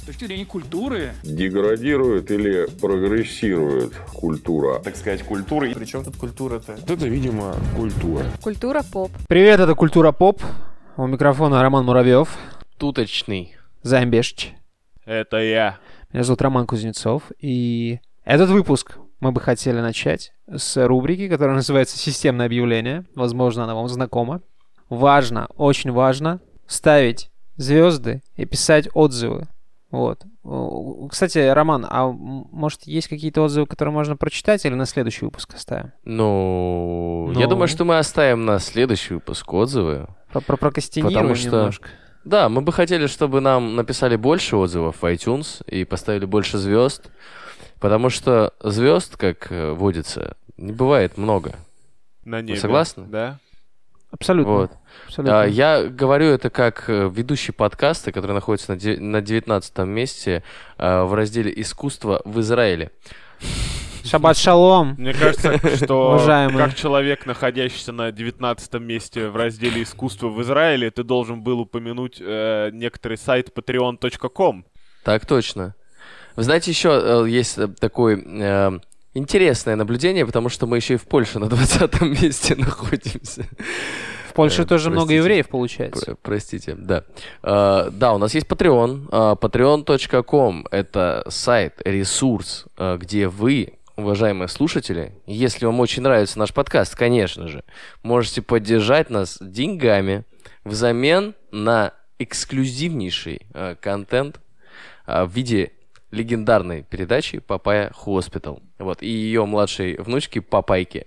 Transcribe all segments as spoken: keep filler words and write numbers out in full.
точки зрения культуры. Деградирует или прогрессирует культура? Так сказать, культура. Причем тут культура-то? Это, видимо, культура. Культура поп. Привет, это Культура поп. У микрофона Роман Муравьев. Туточный. Займ Бешич. Это я. Меня зовут Роман Кузнецов. И этот выпуск мы бы хотели начать с рубрики, которая называется «Системное объявление». Возможно, она вам знакома. Важно, очень важно ставить звезды и писать отзывы. Вот. Кстати, Роман, а может есть какие-то отзывы, которые можно прочитать, или на следующий выпуск оставим? Ну, Ну. я думаю, что мы оставим на следующий выпуск отзывы. Про прокастинируем Потому что- немножко. Да, мы бы хотели, чтобы нам написали больше отзывов в iTunes и поставили больше звезд. Потому что звезд, как э, водится, не бывает много. На небе. согласны? Да. Абсолютно. Вот. Абсолютно. А, я говорю это как э, ведущий подкаста, который находится на, де- на девятнадцатом месте э, в разделе «Искусство в Израиле». Шаббат шалом. Мне кажется, что Уважаемые. как человек, находящийся на девятнадцатом месте в разделе «Искусство в Израиле», ты должен был упомянуть э, некоторый сайт патреон точка ком. Так точно. Вы знаете, еще э, есть э, такое э, интересное наблюдение, потому что мы еще и в Польше на двадцатом месте находимся. В Польше Э, тоже много простите. евреев, получается. Про- Простите, да. Э, да, у нас есть Patreon. э, патреон точка ком — это сайт, ресурс, э, где вы, уважаемые слушатели, если вам очень нравится наш подкаст, конечно же, можете поддержать нас деньгами взамен на эксклюзивнейший э, контент э, в виде легендарной передачи «Папайя Хоспитал». Вот, и ее младшей внучки Папайки.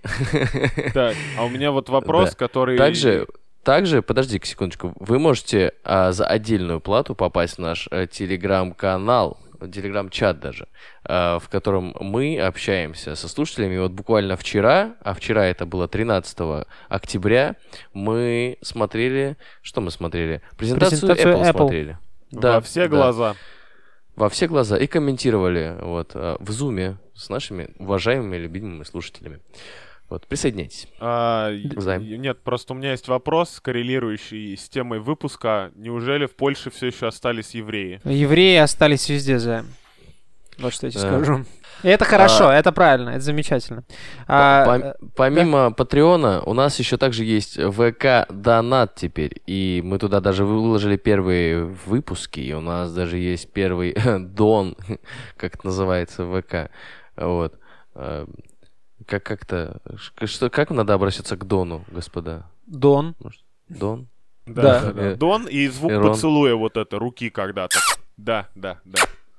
Так, а у меня вот вопрос, Да. который... Также, также, подожди-ка секундочку, вы можете а, за отдельную плату попасть в наш а, телеграм-канал, телеграм-чат даже, а, в котором мы общаемся со слушателями. И вот буквально вчера, а вчера это было тринадцатого октября, мы смотрели... Что мы смотрели? Презентацию, Презентацию Apple, Apple. смотрели. Во все да. глаза. Во все глаза. И комментировали вот, а, в зуме с нашими уважаемыми, любимыми слушателями. Вот, присоединяйтесь. А, Займ. и- Нет, просто у меня есть вопрос, коррелирующий с темой выпуска. Неужели в Польше все еще остались евреи? Евреи остались везде, Займ. Вот что я тебе Да. скажу. И это хорошо, это правильно, это замечательно. А, Пом- э, Помимо Патреона, у нас еще также есть ВК Донат теперь. И мы туда даже выложили первые выпуски. И у нас даже есть первый Дон, как это называется, ВК. Вот. А, Как как-то... ш- Что, как надо обращаться к Дону, господа? Дон. Дон? Да. Э, Дон и звук Ирон. поцелуя вот это, руки когда-то. Да, да, да.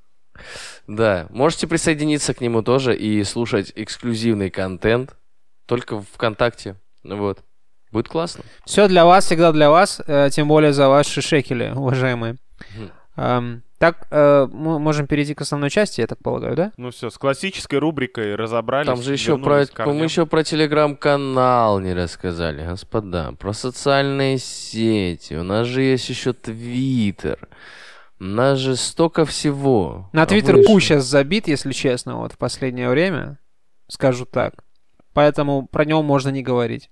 Да, можете присоединиться к нему тоже и слушать эксклюзивный контент только в ВКонтакте. Вот. Будет классно. Все для вас, всегда для вас, э, тем более за ваши шекели, уважаемые. Мгм. Ам, так, э, мы можем перейти к основной части, я так полагаю, да? Ну все, с классической рубрикой разобрались. Там же еще про, вернулись к корням. мы еще про телеграм-канал не рассказали, господа. Про социальные сети. У нас же есть еще Твиттер. У нас же столько всего. На А Твиттер вы пуш что? сейчас забит, если честно, вот в последнее время, скажу так. Поэтому про него можно не говорить.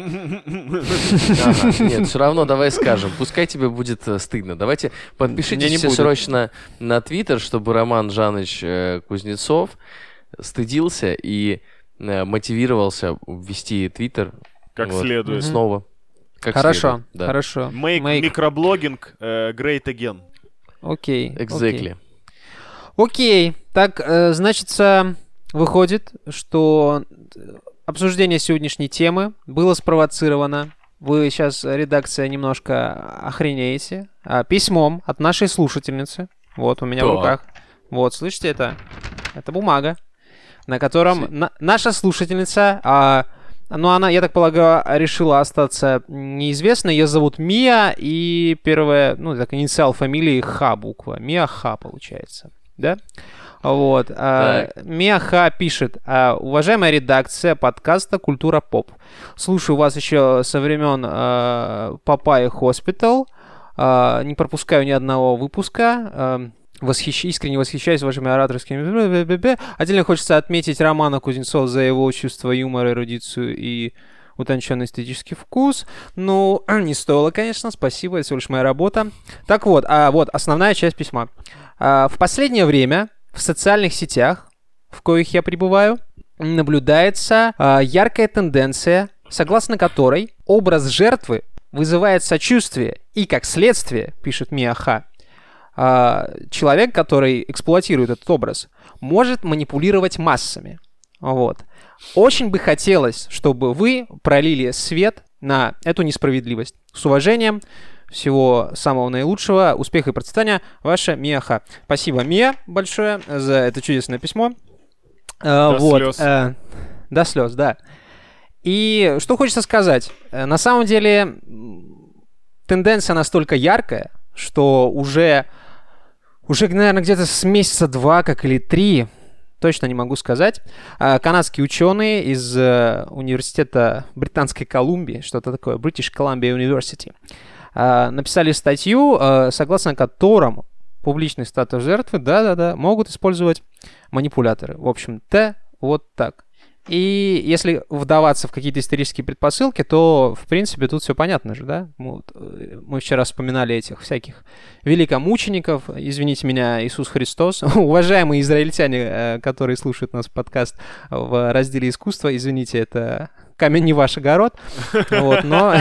Ага, нет, все равно давай скажем. Пускай тебе будет э, стыдно. Давайте Мне не подпишитесь все будет. срочно на Твиттер, чтобы Роман Жаныч э, Кузнецов стыдился и э, мотивировался ввести Твиттер Как вот, следует. Мгм. снова. Как Хорошо, следует, да. хорошо. Make, Make. микроблогинг э, great again. Окей. Exactly. Окей. Так, э, значится, выходит, что обсуждение сегодняшней темы было спровоцировано. Вы сейчас, редакция, немножко охренеете. а, Письмом от нашей слушательницы. Вот, у меня в Так. руках. Вот, слышите это? Это бумага, на котором Си- на- наша слушательница... а, ну, она, я так полагаю, решила остаться неизвестной. Ее зовут Мия, и первая, ну, так, инициал фамилии Ха буква. Мия Ха, получается. Да? Вот. а, Мия Ха пишет: а, уважаемая редакция подкаста «Культура поп». Слушаю вас еще со времен а, Папайя Хоспитал. А, не пропускаю ни одного выпуска. А, Восхищ... Искренне восхищаюсь вашими ораторскими... Отдельно хочется отметить Романа Кузнецова за его чувство юмора, эрудицию и утонченный эстетический вкус. Ну, не стоило, конечно, спасибо, это всего лишь моя работа. Так вот, а вот основная часть письма. А, в последнее время в социальных сетях, в коих я пребываю, наблюдается а, яркая тенденция, согласно которой образ жертвы вызывает сочувствие и, как следствие, пишет Мия Ха, а, человек, который эксплуатирует этот образ, может манипулировать массами. Вот. Очень бы хотелось, чтобы вы пролили свет на эту несправедливость. С уважением, всего самого наилучшего, успеха и процветания, ваша Мия Ха. Спасибо, Мия, большое за это чудесное письмо. До вот. слез. Э, до слез, да. И что хочется сказать. На самом деле, тенденция настолько яркая, что уже, уже наверное, где-то с месяца два, как или три, точно не могу сказать, канадские ученые из университета Британской Колумбии, что-то такое, British Columbia University, написали статью, согласно которому публичный статус жертвы, да-да-да, могут использовать манипуляторы. В общем-то, вот так. И если вдаваться в какие-то исторические предпосылки, то, в принципе, тут все понятно же, да? Мы, вот, мы вчера вспоминали этих всяких великомучеников, извините меня, Иисус Христос. Уважаемые израильтяне, которые слушают нас подкаст в разделе искусства, извините, это камень не ваш огород. Вот, но...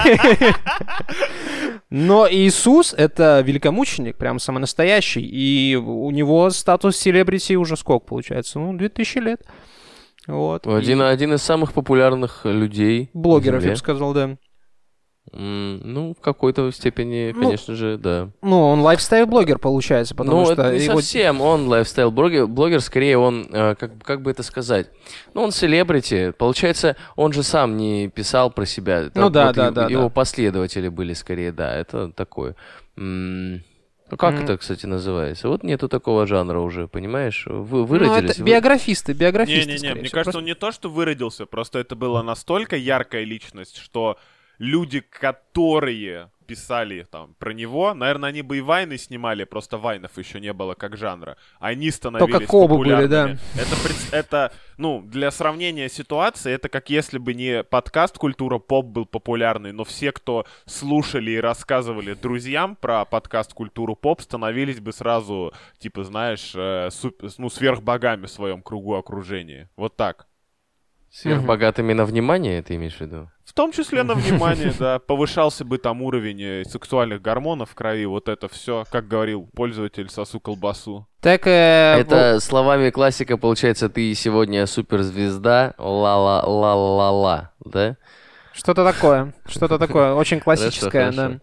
Но Иисус — это великомученик, прям самый настоящий, и у него статус селебрити уже сколько получается? Ну, две тысячи лет. Вот. Один, и... один из самых популярных людей. Блогеров, я бы сказал, да. Mm, ну, в какой-то степени, ну, конечно же, да. Ну, он лайфстайл-блогер, получается, потому ну, что... это не его... совсем он лайфстайл-блогер, блогер, скорее он, э, как, как бы это сказать, ну, он селебрити, получается, он же сам не писал про себя. Это ну, да, вот да, его, да. Его да. последователи были, скорее, да, это такое... М- Ну, как mm-hmm. это, кстати, называется? Вот нету такого жанра уже, понимаешь? Вы выродились. Ну, это вы... биографисты, биографисты, Не-не-не, мне всего. кажется, Просто... он не то, что выродился, просто это была настолько яркая личность, что люди, которые писали там про него, наверное, они бы и вайны снимали, просто вайнов еще не было как жанра. Они становились Только кобы популярными. были, да. Это, это, ну, для сравнения ситуации, это как если бы не подкаст «Культура поп» был популярный, но все, кто слушали и рассказывали друзьям про подкаст «Культуру поп», становились бы сразу, типа, знаешь, э, суп, ну, сверхбогами в своем кругу окружения. Вот так. Сверхбогатыми на внимание, ты имеешь в виду? В том числе на внимание, да. Повышался бы там уровень сексуальных гормонов в крови, вот это все, как говорил пользователь «Сосу колбасу». Так, э, это был... словами классика, получается, ты сегодня суперзвезда, ла-ла-ла-ла-ла, да? Что-то такое, что-то такое, очень классическое, да.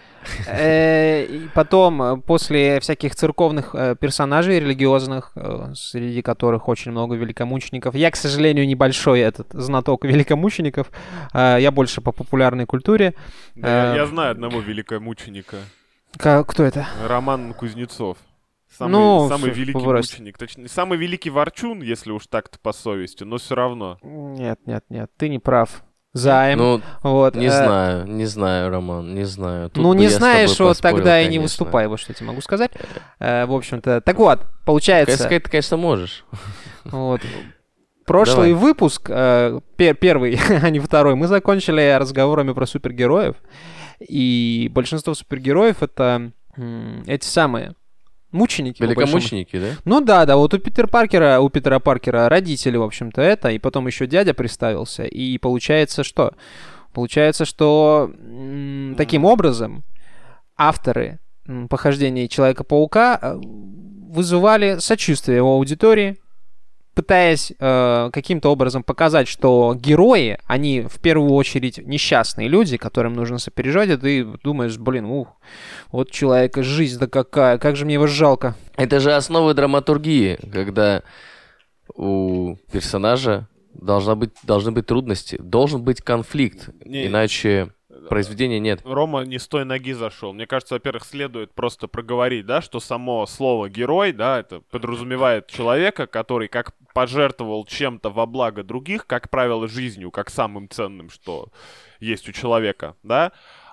И потом, после всяких церковных персонажей религиозных, среди которых очень много великомучеников, я, к сожалению, небольшой этот знаток великомучеников, я больше по популярной культуре. Да, я знаю одного великомученика. Кто это? Роман Кузнецов. Самый, ну, самый великий просто... мученик. Точнее, самый великий ворчун, если уж так-то по совести, но все равно. Нет, нет, нет, ты не прав. Займ. Ну, вот. не э... знаю, не знаю, Роман, не знаю. Тут ну, не знаешь, вот поспорил, тогда конечно. и не выступай, вот что я тебе могу сказать. Э, в общем-то, так вот, получается... Ты, конечно, можешь. Вот. Прошлый Давай. выпуск, э, пер- первый, а не второй, мы закончили разговорами про супергероев. И большинство супергероев — это м- эти самые... мученики. Великомученики, да? Ну да, да, вот у Питера Паркера, у Питера Паркера родители, в общем-то, это, и потом еще дядя приставился, и получается что? Получается, что м- таким образом авторы м- похождений Человека-паука вызывали сочувствие у аудитории, пытаясь э, каким-то образом показать, что герои, они в первую очередь несчастные люди, которым нужно сопереживать, и ты думаешь, блин, ух, вот человека жизнь-то какая, как же мне его жалко. Это же основы драматургии, когда у персонажа должна быть, должны быть трудности, должен быть конфликт, не, иначе произведения нет. Рома не с той ноги зашел. Мне кажется, во-первых, следует просто проговорить, да, что само слово «герой», да, это подразумевает человека, который как пожертвовал чем-то во благо других, как правило, жизнью, как самым ценным, что есть у человека, да.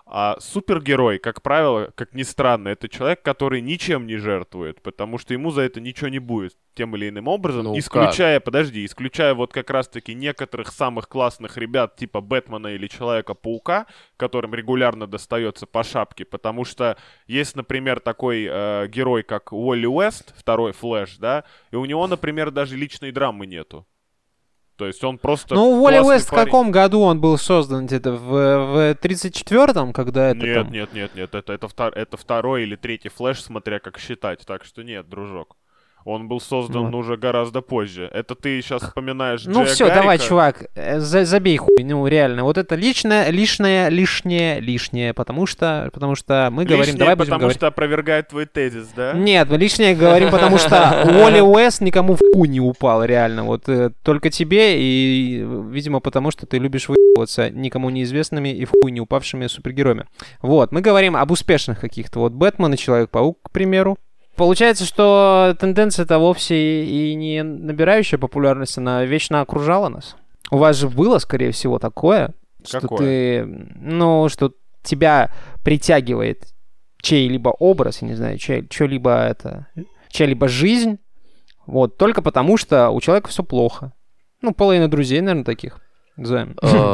А супергерой, как правило, как ни странно, это человек, который ничем не жертвует, потому что ему за это ничего не будет тем или иным образом, Ну, исключая, как? подожди, исключая вот как раз-таки некоторых самых классных ребят типа Бэтмена или Человека-паука, которым регулярно достается по шапке, потому что есть, например, такой э, герой, как Уолли Уэст, второй Флэш, да, и у него, например, даже личной драмы нету. То есть он просто... Ну, Уолли Уэст парень. в каком году он был создан? Где-то в, в тридцать четвёртом, когда это Нет, там... нет, нет, нет, это, это, втор, это второй или третий Флэш, смотря как считать. Так что нет, дружок. Он был создан Ну. уже гораздо позже. Это ты сейчас вспоминаешь Ну Джея все, Гаррика. давай, чувак, э, за- забей хуй, ну реально. Вот это личное, лишнее, лишнее, лишнее, потому что, потому что мы говорим, Лишнее, давай будем потому говорить... что опровергает твой тезис, да? Нет, мы лишнее говорим, потому что Уолли Уэст никому в хуй не упал, реально. Вот э, только тебе и, видимо, потому что ты любишь выебываться никому неизвестными и в хуй не упавшими супергероями. Вот, мы говорим об успешных каких-то. Вот Бэтмен и Человек-паук, к примеру. Получается, что тенденция-то вовсе и не набирающая популярность, она вечно окружала нас. У вас же было, скорее всего, такое, что Какое? ты, ну, что тебя притягивает чей-либо образ, я не знаю, чей, чьё-либо это, чья-либо жизнь, вот, только потому что у человека все плохо. Ну, половина друзей, наверное, таких. Займ.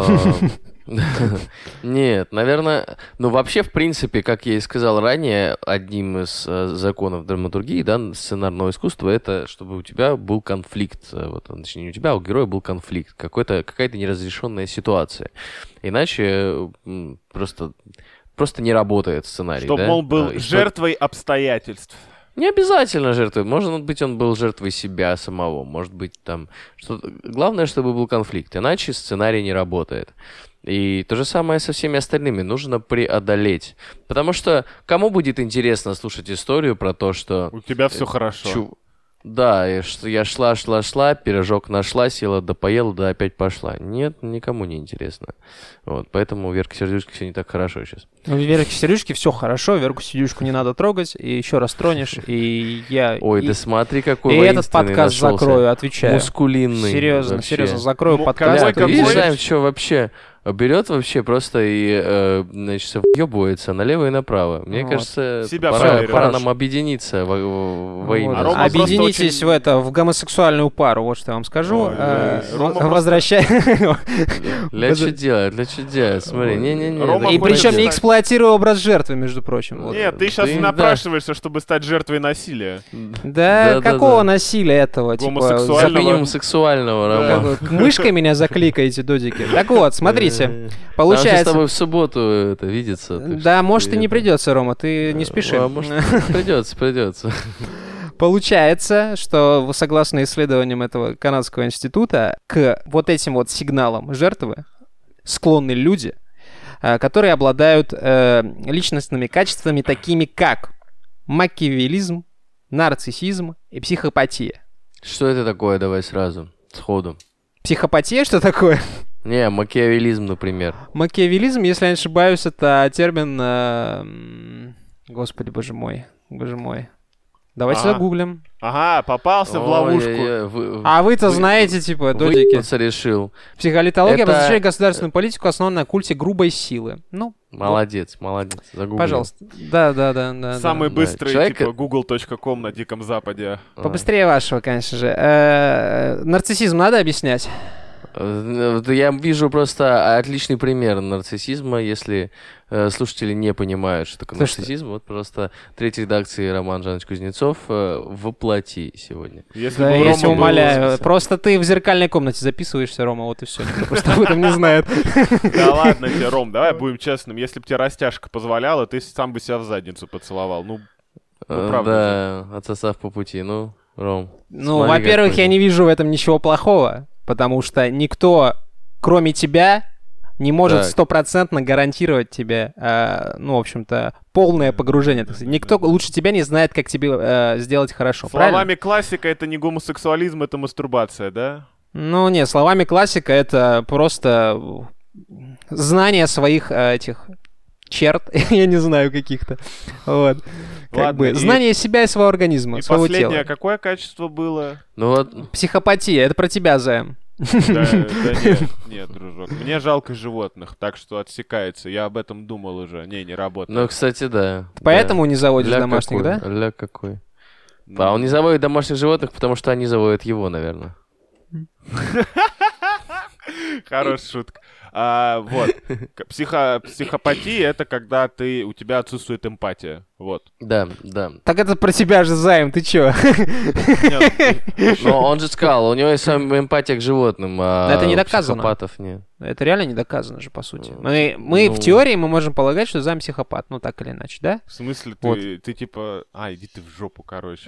Нет, наверное, ну вообще, в принципе, как я и сказал ранее, одним из э, законов драматургии, да, сценарного искусства, это чтобы у тебя был конфликт, э, вот, точнее, не у тебя, а у героя был конфликт, какой-то, какая-то неразрешенная ситуация. Иначе м, просто, просто не работает сценарий, Чтобы, да? мол, был Э, и жертвой обстоятельств. Не обязательно жертвой. Может быть, он был жертвой себя самого. Может быть, там... что-то. Главное, чтобы был конфликт. Иначе сценарий не работает. И то же самое со всеми остальными. Нужно преодолеть. Потому что кому будет интересно слушать историю про то, что... У тебя все хорошо. Чу... Да, и что я шла, шла, шла, пирожок нашла, села, да поела, да опять пошла. Нет, никому не интересно. Вот, поэтому у Верки Сердючки все не так хорошо сейчас. У Верки Сердючки все хорошо, Верку Сердючку не надо трогать, и еще раз тронешь, и я... Ой, и, да смотри, какой и этот воинственный подкаст нашелся. закрою, отвечаю. Мускулинный. Серьезно, вообще. серьезно, закрою М- подкаст. какой, Бля, какой? видишь, Займ, что вообще берет вообще просто и, э, значит, въебывается налево и направо. Мне Вот. кажется, Себя пора, проверил. пора Хорошо. нам объединиться во, во Вот. имя. А Рома просто Объединитесь очень- в это, в гомосексуальную пару, вот что я вам скажу. Ой, Э, да. Рома просто- Возвращай. Для что делать, для что делать? Смотри, не-не-не. Рома И это хочет причем не стать- эксплуатируя образ жертвы, между прочим. вот. Нет, ты сейчас Ты- напрашиваешься, чтобы стать жертвой насилия. Да, Да-да-да. какого насилия этого? Типа, Гомосексуального. Как за- минимум сексуального, Да. Рома. как вы мышкой меня закликаете, додики. Так вот, смотрите, Нам же с получается... тобой в субботу это видится. так Да, что может ты и не это- придется, Рома, ты не спеши. А, может, придется, придется. Получается, что согласно исследованиям этого канадского института, к вот этим вот сигналам жертвы склонны люди, э, которые обладают э, личностными качествами, такими как макиавеллизм, нарциссизм и психопатия. Что это такое? Давай сразу, сходу. Психопатия что такое? Не, макиавеллизм, например. Макиавеллизм, если я не ошибаюсь, это термин... э, м, Господи, боже мой, боже мой. Давайте Ага. загуглим. Ага, попался в ловушку. Ой-ой-ой, вы- А вы-то вы- знаете, типа, додики. выебаться решил. Психолитология Это- обозначает государственную политику, основанную на культе грубой силы. Ну, Молодец, молодец. Загуглил. пожалуйста. Да, да, да, да. Самый да. быстрый, Человек- типа, гугл точка ком на Диком Западе. А. Побыстрее вашего, конечно же. Э, Нарциссизм надо объяснять? Э, да Я вижу просто отличный пример нарциссизма, если э, слушатели не понимают, что такое Слушай, нарциссизм. Вот просто третья редакции Роман Жанович Кузнецов э, воплоти сегодня. Если Да, бы у я Ромы тебя был- умоляю. Просто ты в зеркальной комнате записываешься, Рома, вот и все. Никто просто об этом не знает. Да ладно тебе, Ром, давай будем честным. Если бы тебе растяжка позволяла, ты сам бы себя в задницу поцеловал. Ну, Ну, Э, правда да, отсосав по пути. Ну, Ром. Ну, смотри, во-первых, какой я ты. не вижу в этом ничего плохого, потому что никто, кроме тебя, не может Так. стопроцентно гарантировать тебе, э, ну, в общем-то, полное погружение. так сказать. Никто лучше тебя не знает, как тебе э, сделать хорошо. Правильно? словами классика, это не гомосексуализм, это мастурбация, да? Ну, не, словами классика это просто знание своих э, этих черт, я не знаю, каких-то. Вот. Как Ладно, бы, и- знание себя и своего организма, И своего последнее тела. какое качество было? Ну вот, Психопатия, это про тебя, Займ. Да, да нет, нет, дружок. Мне жалко животных, так что отсекается. Я об этом думал уже. Не, не работает. Ну, кстати, да. Поэтому да. не заводишь Ля домашних, какой, да? Ля какой. Ну, А он не заводит домашних животных, потому что они заводят его, наверное. Хорошая шутка. А, вот. Психо, психопатия — это когда ты, у тебя отсутствует эмпатия. Вот. Да, да. Так это про тебя же, Займ, ты чё? Нет, Но он же сказал, у него есть эмпатия к животным, а Но это не у доказано. психопатов нет. Это реально не доказано же, по сути. Мы, мы Ну. в теории мы можем полагать, что Займ психопат, ну так или иначе, да? в смысле, Вот. ты, ты типа... А, иди ты в жопу, короче.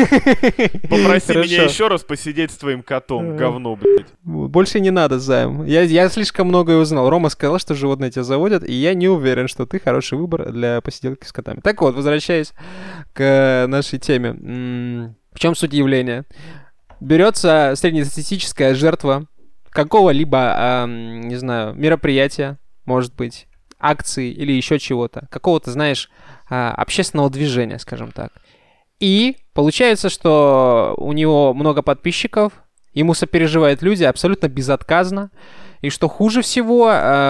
Попроси Хорошо. меня еще раз посидеть с твоим котом, говно, блядь. Больше не надо, Займ. Я, я слишком многое узнал. Рома сказал, что животные тебя заводят, и я не уверен, что ты хороший выбор для посиделки с котами. Так вот, возвращаясь к нашей теме. М, В чем суть явления? Берется среднестатистическая жертва какого-либо, ам, не знаю, мероприятия, может быть, акции или еще чего-то, какого-то, знаешь, а, общественного движения, скажем так. И получается, что у него много подписчиков, ему сопереживают люди абсолютно безотказно, и что хуже всего,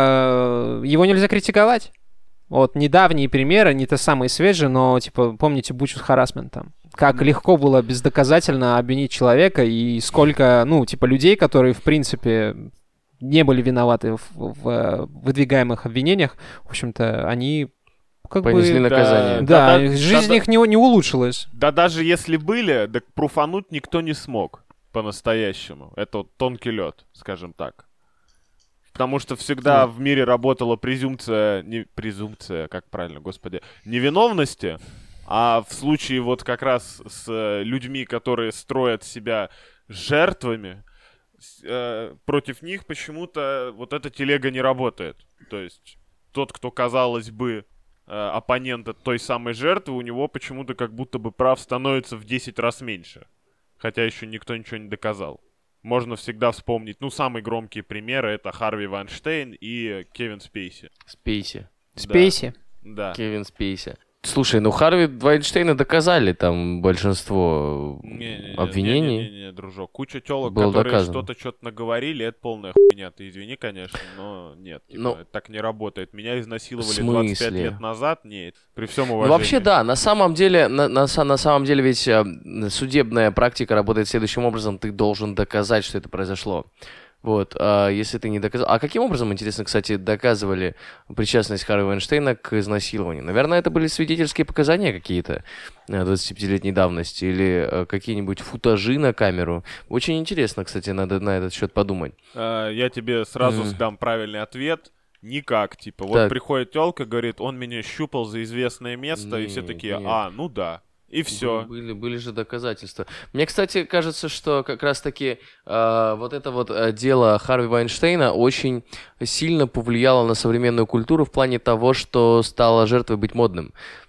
э, его нельзя критиковать. Вот, недавние примеры, не те самые свежие, но, типа, помните, Butch's Harassment там? Как легко было бездоказательно обвинить человека, и сколько, ну, типа, людей, которые, в принципе, не были виноваты в, в выдвигаемых обвинениях, в общем-то, они как Понесли бы... наказание. Да, Да, да, жизнь да, их не, не улучшилась. Да даже если были, так пруфануть никто не смог по-настоящему. Это вот тонкий лед, скажем так. Потому что всегда в мире работала презумпция, не презумпция, как правильно, господи, невиновности, а в случае вот как раз с э, людьми, которые строят себя жертвами, с- э, против них почему-то вот эта телега не работает. То есть тот, кто, казалось бы, э, оппонент той самой жертвы, у него почему-то как будто бы прав становится в десять раз меньше. Хотя еще никто ничего не доказал. Можно всегда вспомнить, ну, самые громкие примеры — это Харви Вайнштейн и Кевин Спейси. Спейси. Спейси. Да. Кевин Спейси. Слушай, ну Харви Вайнштейна доказали там большинство Не-не-не, обвинений. Не-не-не, дружок. Куча телок, Было которые доказано. что-то что-то наговорили, это полная хуйня. Ты извини, конечно, но нет, типа, Ну, это так не работает. Меня изнасиловали в двадцать пять смысле? лет назад. Нет, при всем Ну, уважении. вообще, да, на самом деле, на, на, са- на самом деле ведь э, судебная практика работает следующим образом. Ты должен доказать, что это произошло. Вот, а если ты не доказал... А каким образом, интересно, кстати, доказывали причастность Харви Вайнштейна к изнасилованию? Наверное, это были свидетельские показания какие-то э, двадцатипятилетней давности или э, какие-нибудь футажи на камеру. Очень интересно, кстати, надо на этот счет подумать. А, я тебе сразу Мгм. дам правильный ответ. Никак, типа, вот Так. приходит телка, говорит, он меня щупал за известное место, и все Нет, такие, нет. а, ну да, и все. Были, были же доказательства. Мне, кстати, кажется, что как раз-таки э, вот это вот э, дело Харви Вайнштейна очень сильно повлияло на современную культуру в плане того, что стало жертвой быть модным.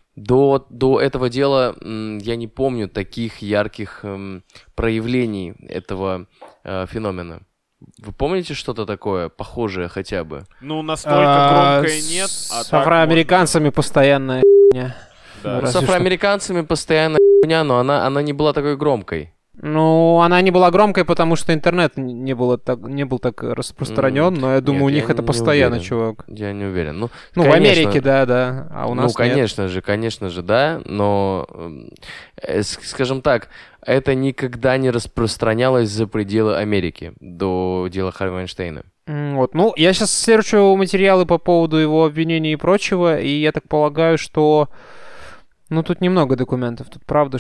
До, до этого дела м, я не помню таких ярких м, проявлений этого э, феномена. Вы помните что-то такое, похожее хотя бы? Ну, настолько А, громкое нет, а С так афроамериканцами постоянная хуйня. можно- да. Разве С что. афроамериканцами постоянно хуйня, но она, она не была такой громкой. Ну, она не была громкой, потому что интернет н- не, было так, не был так распространен, М, но я думаю, нет, у них я это не постоянно, уверен. чувак. Я не уверен. Ну, Ну, в конечно. Америке, да, да, а у нас Ну, нет. конечно же, конечно же, да, но, эм, э, с- скажем так, это никогда не распространялось за пределы Америки до дела Харви Вайнштейна. М, Вот, ну, я сейчас серчу материалы по поводу его обвинений и прочего, и я так полагаю, что... Ну, тут немного документов. Тут правда,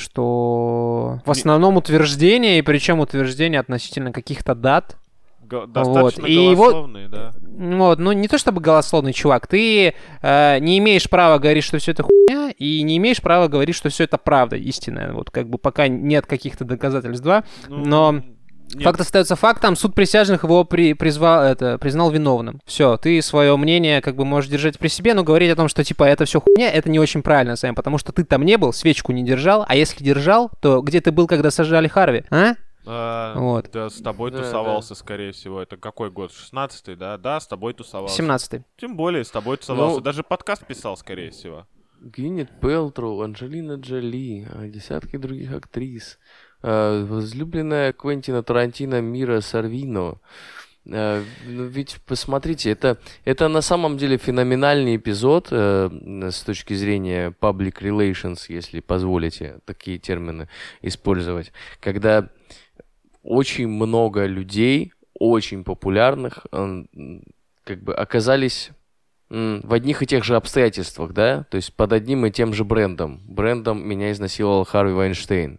что в основном утверждения, и причем утверждения относительно каких-то дат. Го- Достаточно Вот, и его- голословные, да. Вот, ну, не то чтобы голословный чувак. Ты э, не имеешь права говорить, что все это хуйня, и не имеешь права говорить, что все это правда, истинная. Вот, как бы пока нет каких-то доказательств, да. Ну, Но нет. факт остается фактом. Суд присяжных его при, призвал, это, признал виновным. Все, ты свое мнение как бы можешь держать при себе, но говорить о том, что типа это все хуйня, это не очень правильно, Сэм, потому что ты там не был, свечку не держал, а если держал, то где ты был, когда сажали Харви, а? А, Вот. Да, с тобой Да, тусовался, скорее всего. Это какой год? шестнадцатый, да? Да, с тобой тусовался. семнадцатый. Тем более, с тобой тусовался. Ну- Даже подкаст писал, скорее всего. Гвинет Пэлтроу, Анджелина Джоли, а, десятки других актрис. э, возлюбленная Квентина Тарантино Мира Сорвино. Э, ну, ведь посмотрите, это, это на самом деле феноменальный эпизод э, с точки зрения public relations, если позволите такие термины использовать, когда очень много людей, очень популярных, э, как бы оказались м, в одних и тех же обстоятельствах, да, то есть под одним и тем же брендом. Брендом меня изнасиловал Харви Вайнштейн.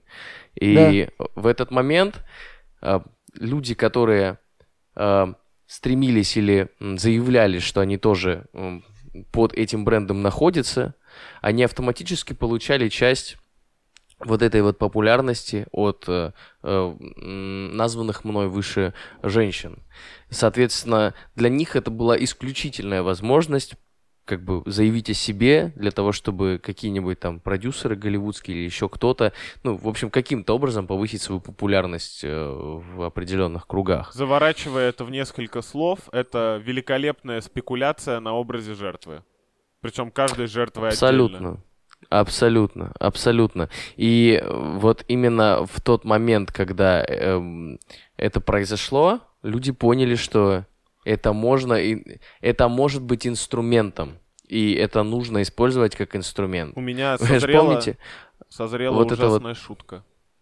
И да. в этот момент э, люди, которые э, стремились или м, заявляли, что они тоже м, под этим брендом находятся, они автоматически получали часть вот этой вот популярности от э, э, названных мной выше женщин. Соответственно, для них это была исключительная возможность как бы заявить о себе для того, чтобы какие-нибудь там продюсеры голливудские или еще кто-то, ну, в общем, каким-то образом повысить свою популярность э, в определенных кругах. Заворачивая это в несколько слов, это великолепная спекуляция на образе жертвы. Причем каждой жертвой Абсолютно. отдельно. Абсолютно, абсолютно. И вот именно в тот момент, когда э, это произошло, люди поняли, что это можно, и это может быть инструментом, и это нужно использовать как инструмент. У меня Вы же созрела, помните? созрела Вот это ужасная вот- шутка.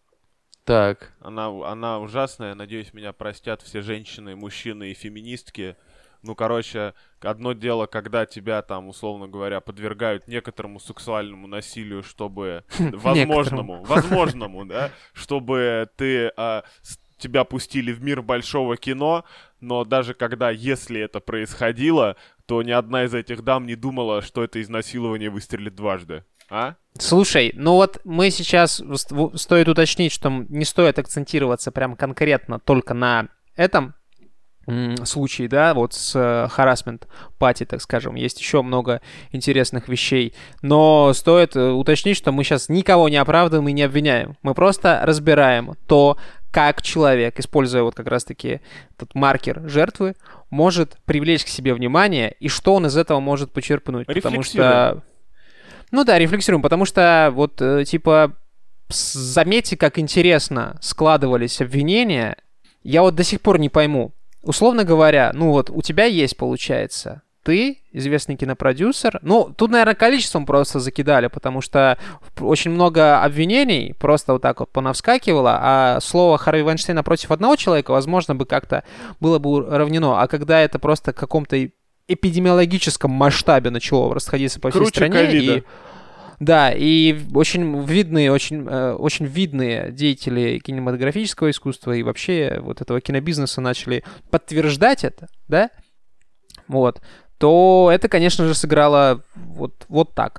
Так, Она, она ужасная, надеюсь, меня простят все женщины, мужчины и феминистки. Ну, короче, одно дело, когда тебя там, условно говоря, подвергают некоторому сексуальному насилию, чтобы... Возможному, возможному, да? Чтобы ты... а, с- тебя пустили в мир большого кино, но даже когда, если это происходило, то ни одна из этих дам не думала, что это изнасилование выстрелит дважды. А? Слушай, ну вот мы сейчас, ст- в- стоит уточнить, что м- не стоит акцентироваться прям конкретно только на этом м, случае, да, вот с харассмент пати, так скажем. Есть еще много интересных вещей. Но стоит э, уточнить, что мы сейчас никого не оправдываем и не обвиняем. Мы просто разбираем то, как человек, используя вот как раз-таки этот маркер жертвы, может привлечь к себе внимание и что он из этого может почерпнуть. Потому что... Ну да, рефлексируем, потому что вот, э, типа, с- заметьте, как интересно складывались обвинения. Я вот до сих пор не пойму. Условно говоря, ну вот у тебя есть, получается, ты, известный кинопродюсер. Ну, тут, наверное, количеством просто закидали, потому что очень много обвинений просто вот так вот понавскакивало, а слово Харви Вайнштейна против одного человека, возможно, бы как-то было бы равнено. А когда это просто в каком-то эпидемиологическом масштабе начало расходиться по всей Круче стране. ковида. И, да, и очень видные, очень, э, очень видные деятели кинематографического искусства и вообще вот этого кинобизнеса начали подтверждать это, да, вот, то это, конечно же, сыграло вот, вот так.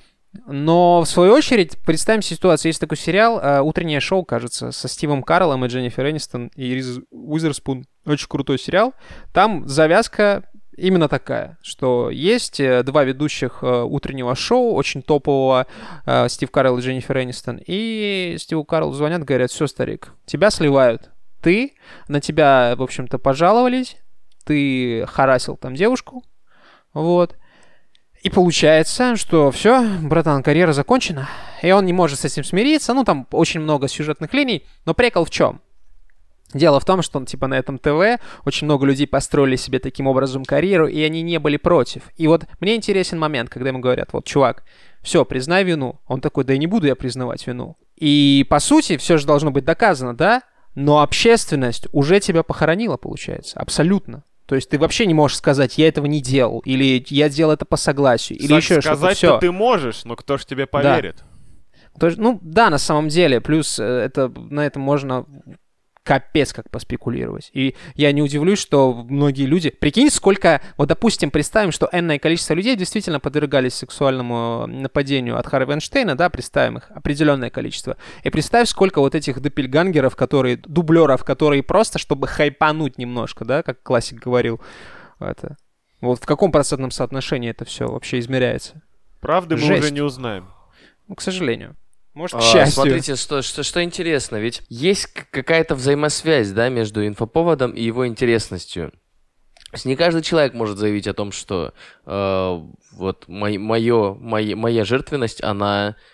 Но, в свою очередь, представим себе ситуацию. Есть такой сериал э, «Утреннее шоу», кажется, со Стивом Кареллом и Дженнифер Энистон и Риз Уизерспун. Очень крутой сериал. Там завязка именно такая, что есть э, два ведущих э, утреннего шоу, очень топового, э, Стив Карелл и Дженнифер Энистон. И Стиву Кареллу звонят, говорят: все, старик, тебя сливают. Ты, на тебя, в общем-то, пожаловались, ты харасил там девушку, вот. И получается, что все, братан, карьера закончена, и он не может с этим смириться. Ну, там очень много сюжетных линий, но прикол в чем? Дело в том, что, типа, на этом ТВ очень много людей построили себе таким образом карьеру, и они не были против. И вот мне интересен момент, когда ему говорят: вот, чувак, все, признай вину. Он такой: да и не буду я признавать вину. И, по сути, все же должно быть доказано, да? Но общественность уже тебя похоронила, получается, абсолютно. То есть ты вообще не можешь сказать: я этого не делал, или я делал это по согласию, или Саш, еще что-то. сказать, Всё. что ты можешь, но кто ж тебе поверит? То есть, ну да, на самом деле, плюс э, это, на этом можно капец как поспекулировать. И я не удивлюсь, что многие люди... Прикинь, сколько... Вот, допустим, представим, что энное количество людей действительно подвергались сексуальному нападению от Харви Вайнштейна, да, представим их определенное количество. И представь, сколько вот этих доппельгангеров, которые... дублеров, которые просто, чтобы хайпануть немножко, да, как классик говорил, это... Вот в каком процентном соотношении это все вообще измеряется? Правды мы Жесть. уже не узнаем. Ну, к сожалению. Может, к А, счастью. смотрите, что, что, что интересно, ведь есть к- какая-то взаимосвязь, да, между инфоповодом и его интересностью. То есть не каждый человек может заявить о том, что э, вот мой, моё, моя, моя жертвенность, она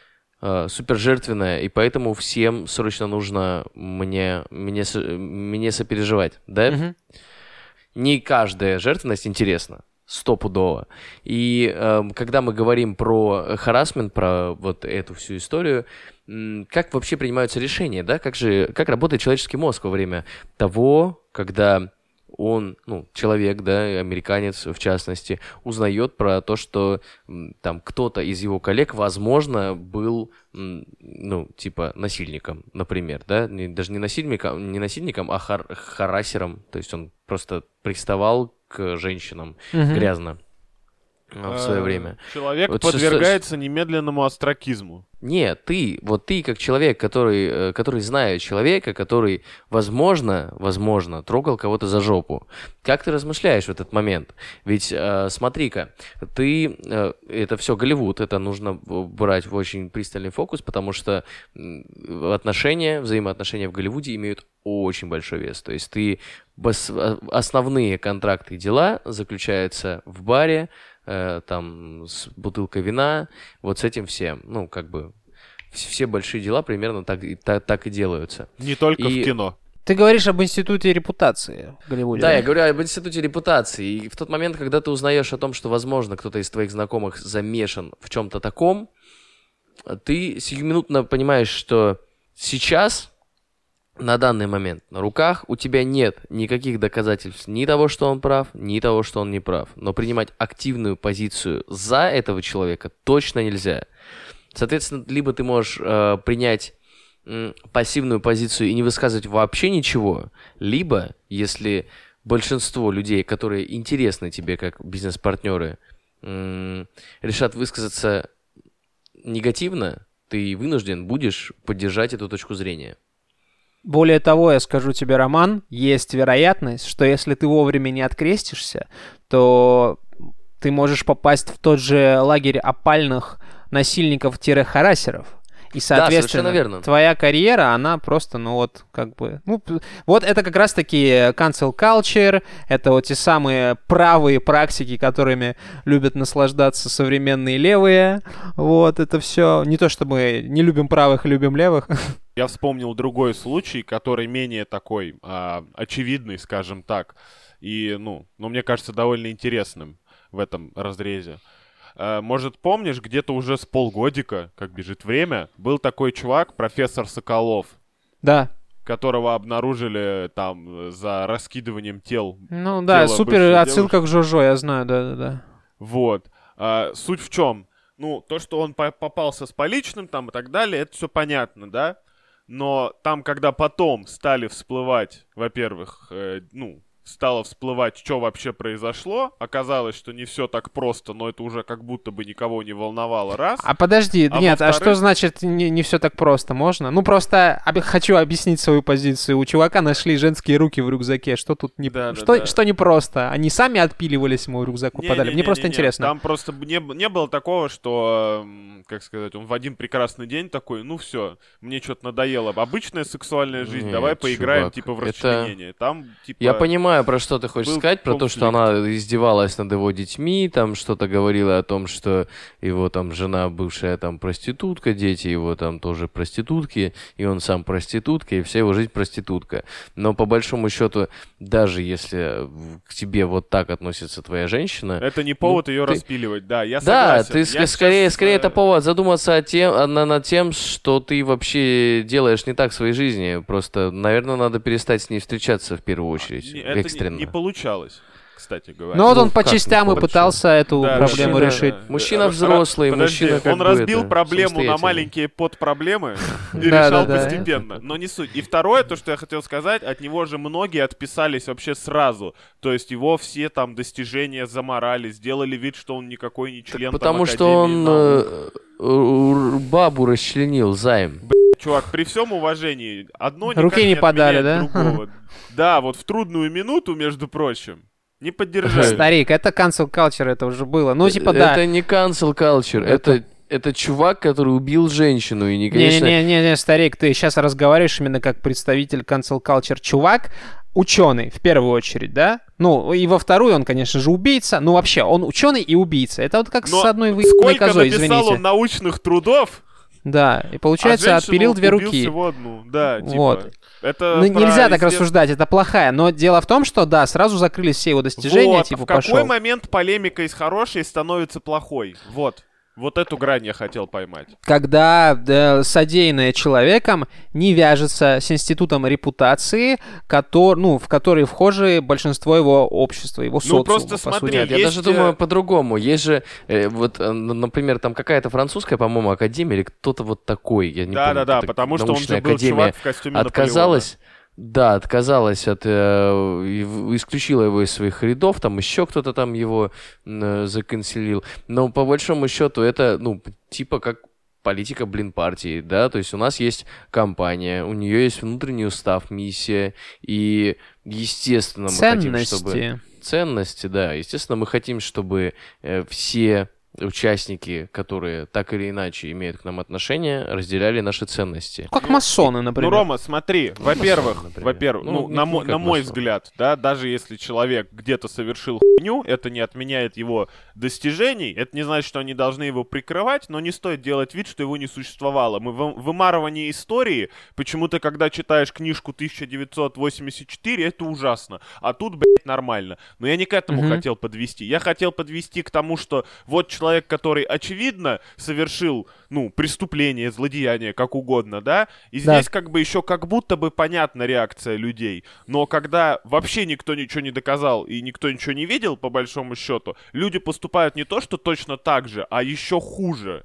э, супер жертвенная, и поэтому всем срочно нужно мне, мне, со- мне сопереживать, да? Мгм. Не каждая жертвенность интересна. Стопудово. И э, когда мы говорим про харассмент, про вот эту всю историю, м, как вообще принимаются решения, да? Как же, как работает человеческий мозг во время того, когда он, ну, человек, да, американец в частности, узнает про то, что м, там кто-то из его коллег, возможно, был, м, ну, типа насильником, например, да, Не- даже не насильником, не насильником, а хар- харассером, то есть он просто приставал к женщинам Мгм. грязно а, в свое Э, время. Человек Вот что- подвергается немедленному остракизму. Нет, ты, вот ты как человек, который, э, который знает человека, который, возможно, возможно, трогал кого-то за жопу. Как ты размышляешь в этот момент? Ведь, э, смотри-ка, ты, э, это все Голливуд, это нужно в- брать в очень пристальный фокус, потому что м, отношения, взаимоотношения в Голливуде имеют очень большой вес. То есть ты, бас- а- основные контракты и дела заключаются в баре, э, там, с бутылкой вина, вот с этим всем. Ну, как бы, вс- все большие дела примерно так, и- та- так и делаются. Не только И- в кино. Ты говоришь об институте репутации в Голливуде. Да, я говорю об институте репутации. И в тот момент, когда ты узнаешь о том, что, возможно, кто-то из твоих знакомых замешан в чем-то таком, ты сиюминутно понимаешь, что сейчас, на данный момент, на руках у тебя нет никаких доказательств ни того, что он прав, ни того, что он не прав. Но принимать активную позицию за этого человека точно нельзя. Соответственно, либо ты можешь э, принять м, пассивную позицию и не высказывать вообще ничего, либо, если большинство людей, которые интересны тебе как бизнес-партнеры, м, решат высказаться негативно, ты вынужден будешь поддержать эту точку зрения. Более того, я скажу тебе, Роман, есть вероятность, что если ты вовремя не открестишься, то ты можешь попасть в тот же лагерь опальных насильников-харассеров. И, соответственно, совершенно верно. твоя карьера, она просто, ну вот, как бы... Ну, п- вот это как раз-таки cancel culture, это вот те самые правые практики, которыми любят наслаждаться современные левые. Вот, это все. Не то, что мы не любим правых и любим левых. Я вспомнил другой случай, который менее такой а, очевидный, скажем так, и, ну, ну, мне кажется, довольно интересным в этом разрезе. А, может, помнишь, где-то уже с полгодика, как бежит время, был такой чувак, профессор Соколов, Да. которого обнаружили там за раскидыванием тел. Ну да, Тело супер бывшей отсылка к Жожо, я знаю, да-да-да. Вот. А, суть в чем? Ну, то, что он по- попался с поличным там и так далее, это все понятно, да? Но там, когда потом стали всплывать, во-первых, э, ну, стало всплывать, что вообще произошло, оказалось, что не все так просто, но это уже как будто бы никого не волновало, раз. А подожди, А нет, а что во-вторых- значит не, не все так просто? Можно? Ну просто об- хочу объяснить свою позицию. У чувака нашли женские руки в рюкзаке. Что тут не... Да, да, что, да. что не просто? Они сами отпиливались ему рюкзак, Не, попадали. не, Мне не, просто не, не. интересно. Там просто не, не было такого, что, м, как сказать, он в один прекрасный день такой, ну все, мне что-то надоело. Обычная сексуальная жизнь, Нет, давай поиграем чувак, типа в это- расчленение. Там типа... Я понимаю, про что ты хочешь был сказать, про то, что конфликт. она издевалась над его детьми, там что-то говорила о том, что его там жена бывшая там проститутка, дети его там тоже проститутки, и он сам проститутка, и вся его жизнь проститутка. Но по большому счету, даже если в- к тебе вот так относится твоя женщина, Это не повод Ну, ее ты- распиливать, да, я да, согласен. ты Я ск- скорее, сейчас, скорее э, это повод задуматься о тем, о- на- над тем, что ты вообще делаешь не так в своей жизни. Просто, наверное, надо перестать с ней встречаться в первую очередь, не- это не, экстренно. не получалось, кстати говоря. Ну вот ну, он по как не частям и получилось? пытался эту Да, проблему мужчина- решить. Мужчина Ра- взрослый, Подожди, мужчина как он бы разбил это, проблему на самостоятельный. маленькие подпроблемы и Да, решал да, да. постепенно. Но не суть. И второе, то, что я хотел сказать, от него же многие отписались вообще сразу. То есть его все там достижения заморали, сделали вид, что он никакой не член там Потому что Академии он наук. э, э, бабу расчленил, займ. Чувак, при всем уважении, одно никак Руки не подали, отменяет да? другого. Да, вот в трудную минуту, между прочим, не поддержали. Старик, это cancel culture, это уже было. Ну типа да. Это не cancel culture, Это- это, это чувак, который убил женщину, и не, конечно... Не-не-не, старик, ты сейчас разговариваешь именно как представитель cancel culture. Чувак, ученый, в первую очередь, да? Ну, и во вторую он, конечно же, убийца. Ну, вообще, он ученый и убийца. Это вот как Но с одной выебанной сколько козой, написал извините. он научных трудов, Да, и получается, а отпилил две убил руки. всего одну. Да, типа... Вот. Это Ну, нельзя так извест... рассуждать, это плохая. Но дело в том, что, да, сразу закрылись все его достижения, вот, типа, в какой пошел. момент полемика из хорошей становится плохой? Вот. Вот эту грань я хотел поймать. Когда да, содеянное человеком не вяжется с институтом репутации, который, ну, в который вхожи большинство его общества, его социума, просто по смотри, сути. Нет, я есть, даже думаю э, по-другому. Есть же, э, вот, э, например, там какая-то французская, по-моему, академия или кто-то вот такой, я не помню. Да-да-да, какая-то потому что он научная же был академия чувак в костюме отказалась, да, отказалась от, э, и в- исключила его из своих рядов, там еще кто-то там его э, законселил. Но по большому счету это, ну, типа как политика, блин, партии, да, то есть у нас есть компания, у нее есть внутренний устав, миссия, и, естественно, мы хотим, чтобы... Ценности. Ценности, да. Естественно, мы хотим, чтобы э, все участники, которые так или иначе имеют к нам отношение, разделяли наши ценности. Как масоны, например. Ну, Рома, смотри, во-первых, например. во-первых, Ну, ну, не- на, не мо- как на мой масон. взгляд, да, даже если человек где-то совершил хуйню, это не отменяет его достижений, это не значит, что они должны его прикрывать, но не стоит делать вид, что его не существовало. Мы в вымарывании истории, почему-то, когда читаешь книжку тысяча девятьсот восемьдесят четыре, это ужасно, а тут, блядь, нормально. Но я не к этому Мгм. хотел подвести. Я хотел подвести к тому, что вот человек, который, очевидно, совершил, ну, преступление, злодеяние, как угодно, да, и Да. здесь как бы еще как будто бы понятна реакция людей, но когда вообще никто ничего не доказал и никто ничего не видел, по большому счету, люди поступают не то, что точно так же, а еще хуже,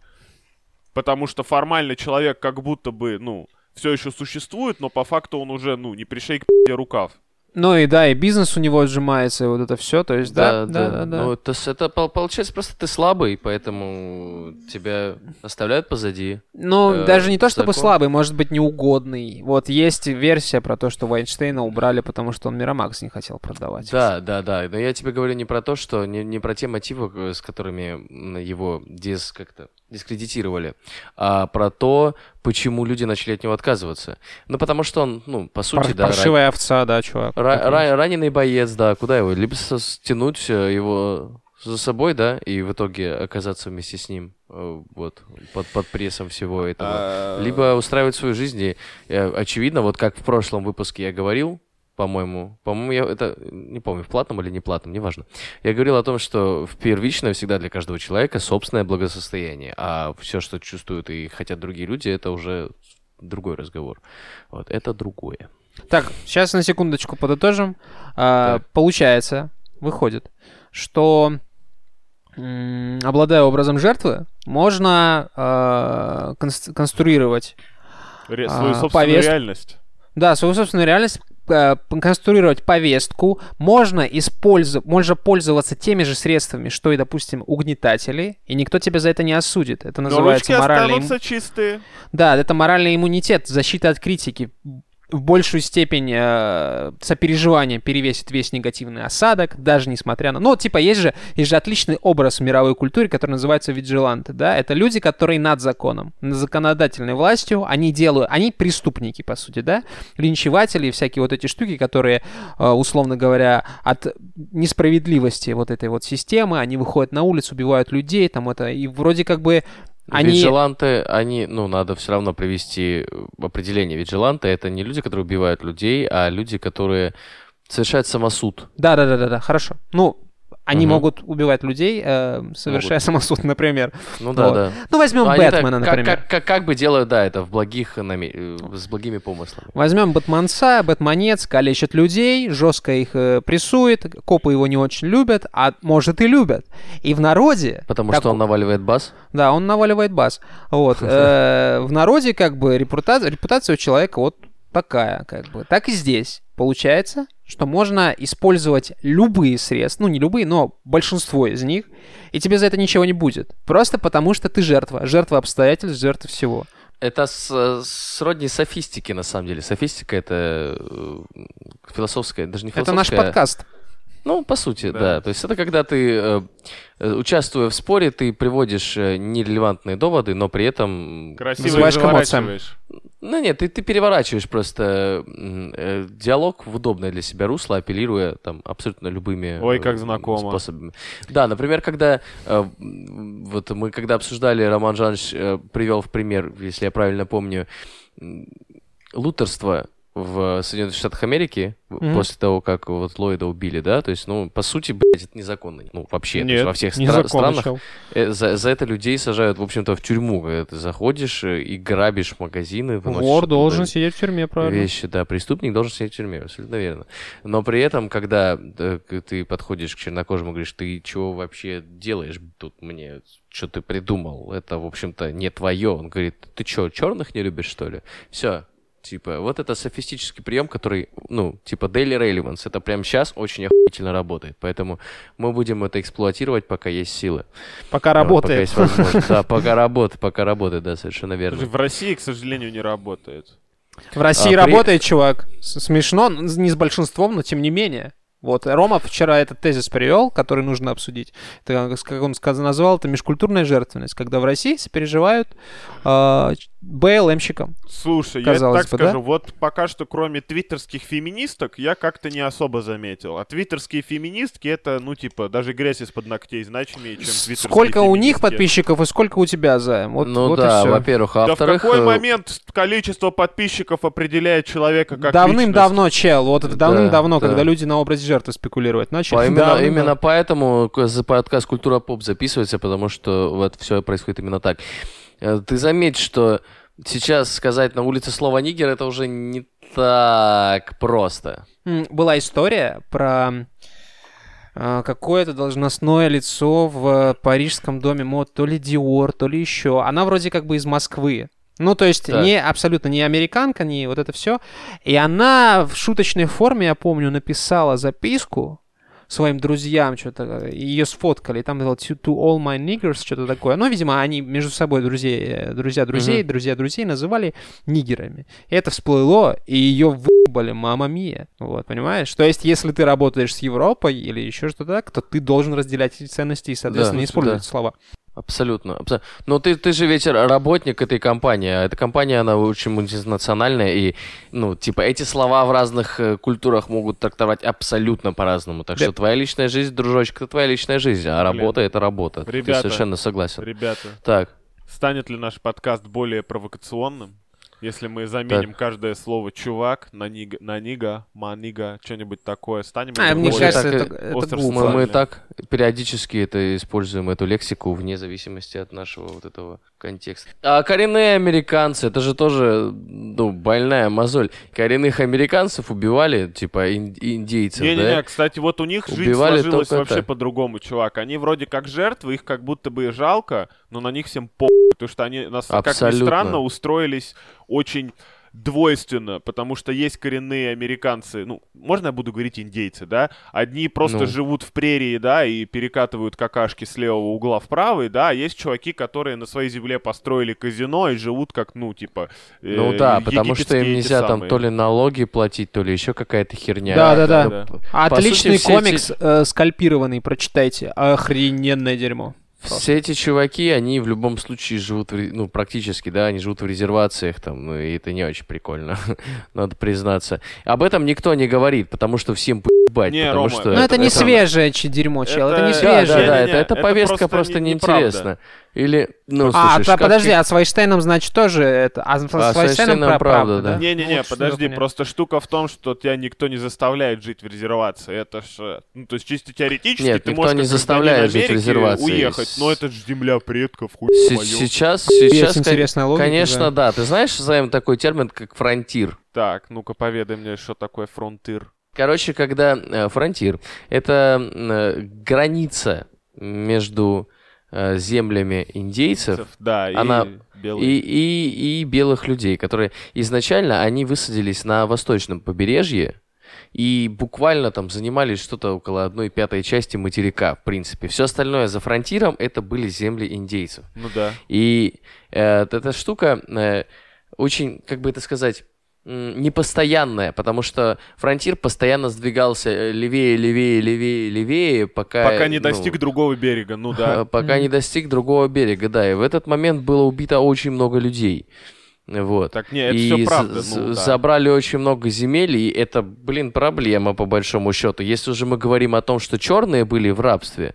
потому что формально человек как будто бы, ну, все еще существует, но по факту он уже, ну, не пришей к пи***е рукав. Ну и да, и бизнес у него сжимается, и вот это все, то есть да, да, да, да. Ну, это, с- это пол- получается просто ты слабый, поэтому тебя оставляют позади. Ну, э, даже не то чтобы закон. слабый, может быть, неугодный. Вот есть версия про то, что Вайнштейна убрали, потому что он Мирамакс не хотел продавать. Да, да, да. Но я тебе говорю не про то, что не, не про те мотивы, э, с которыми м, его дис, как-то дискредитировали, а про то, почему люди начали от него отказываться. Ну, потому что он, ну, по сути, Пар- да, ран- Паршивая овца, да, чувак. ра- Такой. ра- раненый боец, да, куда его? Либо со- стянуть э, его за собой, да, и в итоге оказаться вместе с ним, э, вот, под, под прессом всего этого. А, Либо устраивать свою жизнь. И, э, очевидно, вот как в прошлом выпуске я говорил, по-моему, по-моему, я это не помню, в платном или не платном, неважно. Я говорил о том, что в первичное всегда для каждого человека собственное благосостояние, а все, что чувствуют и хотят другие люди, это уже другой разговор. Вот, это другое. Так, сейчас на секундочку подытожим. А, Так. получается, выходит, что м, обладая образом жертвы, можно а, конс- конструировать ре- а, свою собственную повест- реальность. Да, свою собственную реальность, э, конструировать повестку, можно использовать, можно пользоваться теми же средствами, что и, допустим, угнетатели, и никто тебя за это не осудит. Это Но называется ручки моральный... останутся чистые. Да, это моральный иммунитет, защита от критики. В большую степень э, сопереживание перевесит весь негативный осадок, даже несмотря на... Ну, типа, есть же, есть же отличный образ в мировой культуре, который называется виджиланты, да? Это люди, которые над законом, над законодательной властью, они делают... Они преступники, по сути, да? Линчеватели и всякие вот эти штуки, которые, э, условно говоря, от несправедливости вот этой вот системы, они выходят на улицу, убивают людей, там это... И вроде как бы... Они... Виджиланты, они, ну, надо все равно привести определение. Виджиланты — это не люди, которые убивают людей, а люди, которые совершают самосуд. Да, да, да, да, да, хорошо. Ну, они Мгм. могут убивать людей, э, совершая Могут. самосуд, например. Ну да, Вот. да. Ну, возьмем Ну, они так, Бэтмена, как- например. Как, как, как бы делают, да, это в благих наме- э, с благими помыслами. Возьмем Бэтменца, Бэтменец калечит людей, жестко их э, прессует, копы его не очень любят, а может и любят. И в народе... Потому так- что он наваливает бас. Да, он наваливает бас. Вот. э, В народе как бы репута- репутация у человека вот такая, как бы. Так и здесь. Получается, что можно использовать любые средства, ну не любые, но большинство из них, и тебе за это ничего не будет. Просто потому, что ты жертва. Жертва обстоятельств, жертва всего. Это с, сродни софистики, на самом деле. Софистика — это э, философская, даже не Это наш философская. подкаст. Ну, по сути, Да. да. То есть это когда ты, э, э, участвуя в споре, ты приводишь э, нерелевантные доводы, но при этом... Красиво Называешь их комоцием. заворачиваешь. Ну нет, ты, ты переворачиваешь просто э, диалог в удобное для себя русло, апеллируя там абсолютно любыми Ой, как э, знакомо. способами. Да, например, когда э, вот мы когда обсуждали, Роман Жанович э, привел в пример, если я правильно помню, лутерство в Соединенных Штатах Америки mm-hmm. после того, как вот Ллойда убили, да, то есть, ну, по сути, блядь, это незаконно, ну, вообще, Нет, во всех стра- странах чел. за, за это людей сажают, в общем-то, в тюрьму, когда ты заходишь и грабишь магазины, вор должен сидеть в тюрьме, правильно? Вещи, да, преступник должен сидеть в тюрьме, абсолютно верно. Но при этом, когда да, ты подходишь к чернокожему и говоришь, ты чего вообще делаешь тут мне, что ты придумал, это, в общем-то, не твое, он говорит, ты что, черных не любишь, что ли? Все. Типа, вот это софистический прием, который, ну, типа daily relevance, это прямо сейчас очень охуительно работает, поэтому мы будем это эксплуатировать, пока есть силы. Пока работает. Пока есть возможность. Да, пока работает, пока работает, да, совершенно верно. В России, к сожалению, не работает. В России А, при- работает, чувак. С- Смешно, не с большинством, но тем не менее. Вот, Рома вчера этот тезис привел, который нужно обсудить. Это, как он сказал, назвал, это межкультурная жертвенность, когда в России сопереживают э, БЛМщикам. Слушай, Казалось я так бы, скажу, да? вот пока что кроме твиттерских феминисток я как-то не особо заметил. А твиттерские феминистки это, ну, типа, даже грязь из-под ногтей значимее, чем твиттерские Сколько у них феминистки. подписчиков и сколько у тебя, Займ? Вот, Ну вот и да, всё. во-первых, а Да в во-вторых... какой э, момент количество подписчиков определяет человека как Давным-давно, чел, вот это Да, давным-давно, да. когда люди на образе жертвы спекулировать начали. А именно, Давным-давно. именно поэтому к- за подкаст «Культура поп» записывается, потому что вот все происходит именно так. Э, Ты заметь, что сейчас сказать на улице слово «нигер» — это уже не так просто. М, Была история про э, какое-то должностное лицо в парижском доме мод, то ли Dior, то ли еще. Она вроде как бы из Москвы. Ну, то есть Так. не абсолютно не американка, не вот это все. И она в шуточной форме, я помню, написала записку своим друзьям, что-то, ее сфоткали, там было to, to all my niggers, что-то такое. Ну, видимо, они между собой друзей, друзья друзей, Мгм. друзья друзей называли нигерами. И это всплыло, и ее выебали, мама мия. Вот, понимаешь? То есть, если ты работаешь с Европой или еще что-то так, то ты должен разделять эти ценности и, соответственно, Да, не использовать да. эти слова. Абсолютно. абсо- Но ты, ты же ведь работник этой компании, а эта компания, она очень мультинациональная, и, ну, типа, эти слова в разных э, культурах могут трактовать абсолютно по-разному. Так Да. что твоя личная жизнь, дружочек, это твоя личная жизнь, а Блин. работа — это работа. Ты Ребята. совершенно согласен. Ребята, Так, станет ли наш подкаст более провокационным, если мы заменим каждое слово «чувак» на «нига», на «нига», «манига», что-нибудь такое? Станем А, ли мне более кажется, так, это, это остро глупо. мы, мы Правильно. так периодически это используем, эту лексику, вне зависимости от нашего вот этого контекста. А коренные американцы, это же тоже, ну, больная мозоль. Коренных американцев убивали, типа, ин- индейцев, Не-не-не, да? кстати, вот у них жизнь Убивали сложилась только вообще так. по-другому, чувак. Они вроде как жертвы, их как будто бы жалко, но на них всем похуй, потому что они, нас, как ни Абсолютно. странно, устроились очень двойственно, потому что есть коренные американцы, ну, можно я буду говорить индейцы, да? Одни просто Ну. живут в прерии, да, и перекатывают какашки с левого угла в правый, да, а есть чуваки, которые на своей земле построили казино и живут как, ну, типа, э, Ну да, потому что им египетские эти нельзя там самые. то ли налоги платить, то ли еще какая-то херня. Да-да-да. да. Отличный сути, все комикс, э, скальпированный, прочитайте. Охрененное дерьмо. Все эти чуваки, они в любом случае живут, в ре- ну, практически, да, они живут в резервациях там, ну, и это не очень прикольно, надо признаться. Об этом никто не говорит, потому что всем поебать, Не, потому Рома, что... Ну, это не это- свежее чи- дерьмо, чел, это, не это- Да, да, свежее. да, Не-не-не, это, это это повестка просто просто не- неинтересна. Или, ну, А, слушай, та- шкафчик- подожди, а с Вайнштейном, значит, тоже это... А с с Вайнштейном Вайнштейном про правда, правду, да. да? Не-не-не, Вот что за подожди, хуйня. просто штука в том, что тебя никто не заставляет жить в резервации. Это ж, э, ну, то есть чисто теоретически Нет, ты никто можешь не как заставляет гражданин жить в Америки резервации. уехать, но это ж земля предков, хуй Се- моё. Сейчас, Есть сейчас, кон- интересная логика, конечно, да. Ты знаешь, Займ, такой термин, как фронтир? Так, ну-ка поведай мне, что такое фронтир. Короче, когда э, фронтир — это э, граница между э, землями индейцев Да, и она- белый. и, и, и белых людей, которые изначально они высадились на восточном побережье и буквально там занимались что-то около одной пятой части материка, в принципе. Все остальное за фронтиром — это были земли индейцев. Ну да. И э, эта штука э, очень, как бы это сказать, м, непостоянная, потому что фронтир постоянно сдвигался э, левее, левее, левее, левее, пока... Пока не ну, достиг другого берега, ну да. пока не достиг другого берега, да. И в этот момент было убито очень много людей. Вот. Так не, это и все правда. з- ну, да. забрали очень много земель, и это, блин, проблема по большому счету. Если уже мы говорим о том, что черные были в рабстве,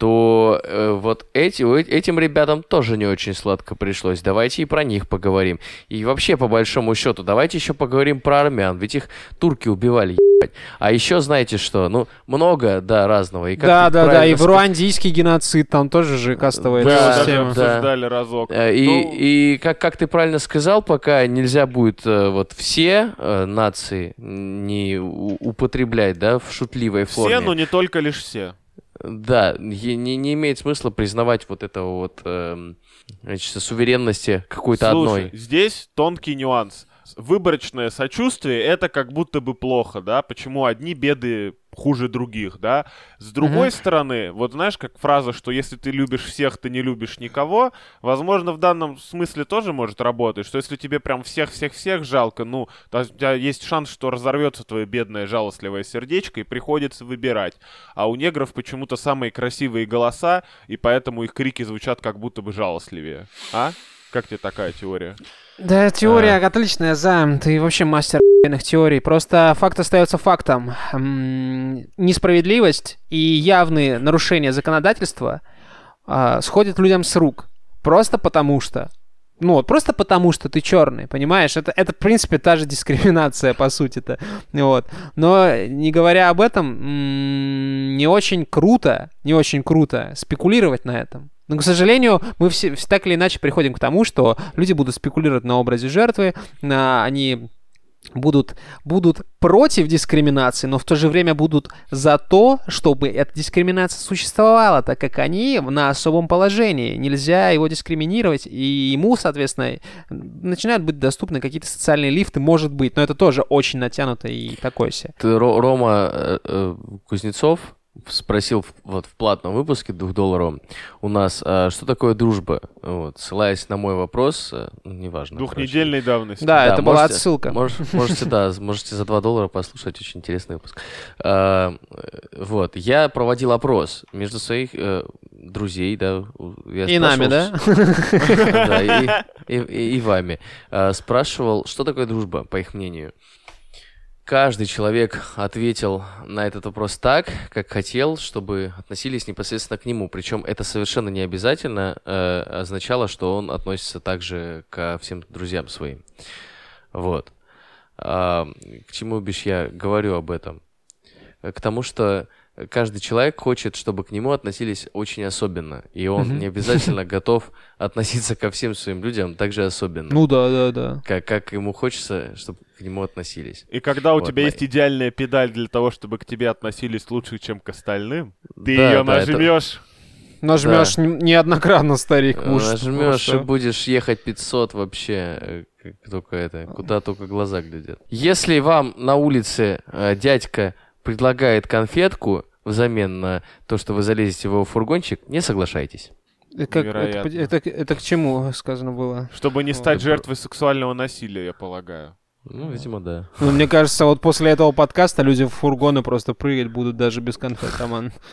то э, вот эти, у э- этим ребятам тоже не очень сладко пришлось. Давайте и про них поговорим. И вообще, по большому счету, давайте еще поговорим про армян, ведь их турки убивали, ебать. А еще знаете что? Ну, много, да, разного. И как Да, ты да, да, правильно и в руандийский геноцид, там тоже же кастовая Мы его Да, даже система. да. обсуждали разок. Э, И, Ну, и как, как ты правильно сказал, пока нельзя будет э, вот все э, нации не у- употреблять, да, в шутливой форме. все, но не только лишь все. Да, е- не, не имеет смысла признавать вот этого вот эм, значит, суверенности какой-то Слушай, одной. здесь тонкий нюанс. Выборочное сочувствие — это как будто бы плохо, да? Почему одни беды хуже других, да? С другой Мгм. стороны, вот знаешь, как фраза, что если ты любишь всех, ты не любишь никого, возможно, в данном смысле тоже может работать, что если тебе прям всех-всех-всех жалко, ну, то у тебя есть шанс, что разорвется твое бедное жалостливое сердечко, и приходится выбирать. А у негров почему-то самые красивые голоса, и поэтому их крики звучат как будто бы жалостливее. А? Как тебе такая теория? Да, теория отличная, Займ. Ты вообще мастер охуенных теорий. Просто факт остается фактом. М, Несправедливость и явные нарушения законодательства а, сходят людям с рук. Просто потому что. Ну вот, просто потому что ты черный, понимаешь? Это, это в принципе, та же дискриминация, по сути-то. Вот. Но, не говоря об этом, м, не очень круто, не очень круто спекулировать на этом. Но, к сожалению, мы все, все так или иначе приходим к тому, что люди будут спекулировать на образе жертвы, на, они будут, будут против дискриминации, но в то же время будут за то, чтобы эта дискриминация существовала, так как они на особом положении. Нельзя его дискриминировать, и ему, соответственно, начинают быть доступны какие-то социальные лифты, может быть, но это тоже очень натянуто и такое себе. Ты, Ро- Рома э, э, Кузнецов спросил в- вот в платном выпуске двухдолларовом у нас, а, что такое дружба? Вот, ссылаясь на мой вопрос, э, ну, неважно. Двухнедельной давности. Да, это была можете- отсылка. мож- можете, да, можете за два доллара послушать, очень интересный выпуск. А, э, вот, я проводил опрос между своих э, друзей, да. у- я И нами, да? спрашивал, Да, и, и- и- и вами. А, спрашивал, что такое дружба, по их мнению. Каждый человек ответил на этот вопрос так, как хотел, чтобы относились непосредственно к нему. Причем это совершенно не обязательно э, означало, что он относится также ко всем друзьям своим. Вот. А, к чему, бишь, я говорю об этом? К тому, что каждый человек хочет, чтобы к нему относились очень особенно. И он Мгм. не обязательно готов относиться ко всем своим людям также особенно. Ну да, да, да. Как, как ему хочется, чтобы к нему относились. И когда у Вот, тебя на- есть идеальная педаль для того, чтобы к тебе относились лучше, чем к остальным, ты Да, ее да, это- нажмешь. Нажмешь н- неоднократно, старик. Э, уж Нажмешь и просто. будешь ехать пятьсот вообще, э, как только это, куда только глаза глядят. Если вам на улице э, дядька предлагает конфетку взамен на то, что вы залезете в его фургончик, не соглашайтесь. Э, как- Невероятно. это, это, это к чему сказано было? Чтобы не стать это- жертвой сексуального насилия, я полагаю. Ну, видимо, да. Ну, мне кажется, вот после этого подкаста люди в фургоны просто прыгать будут даже без конфет, Роман.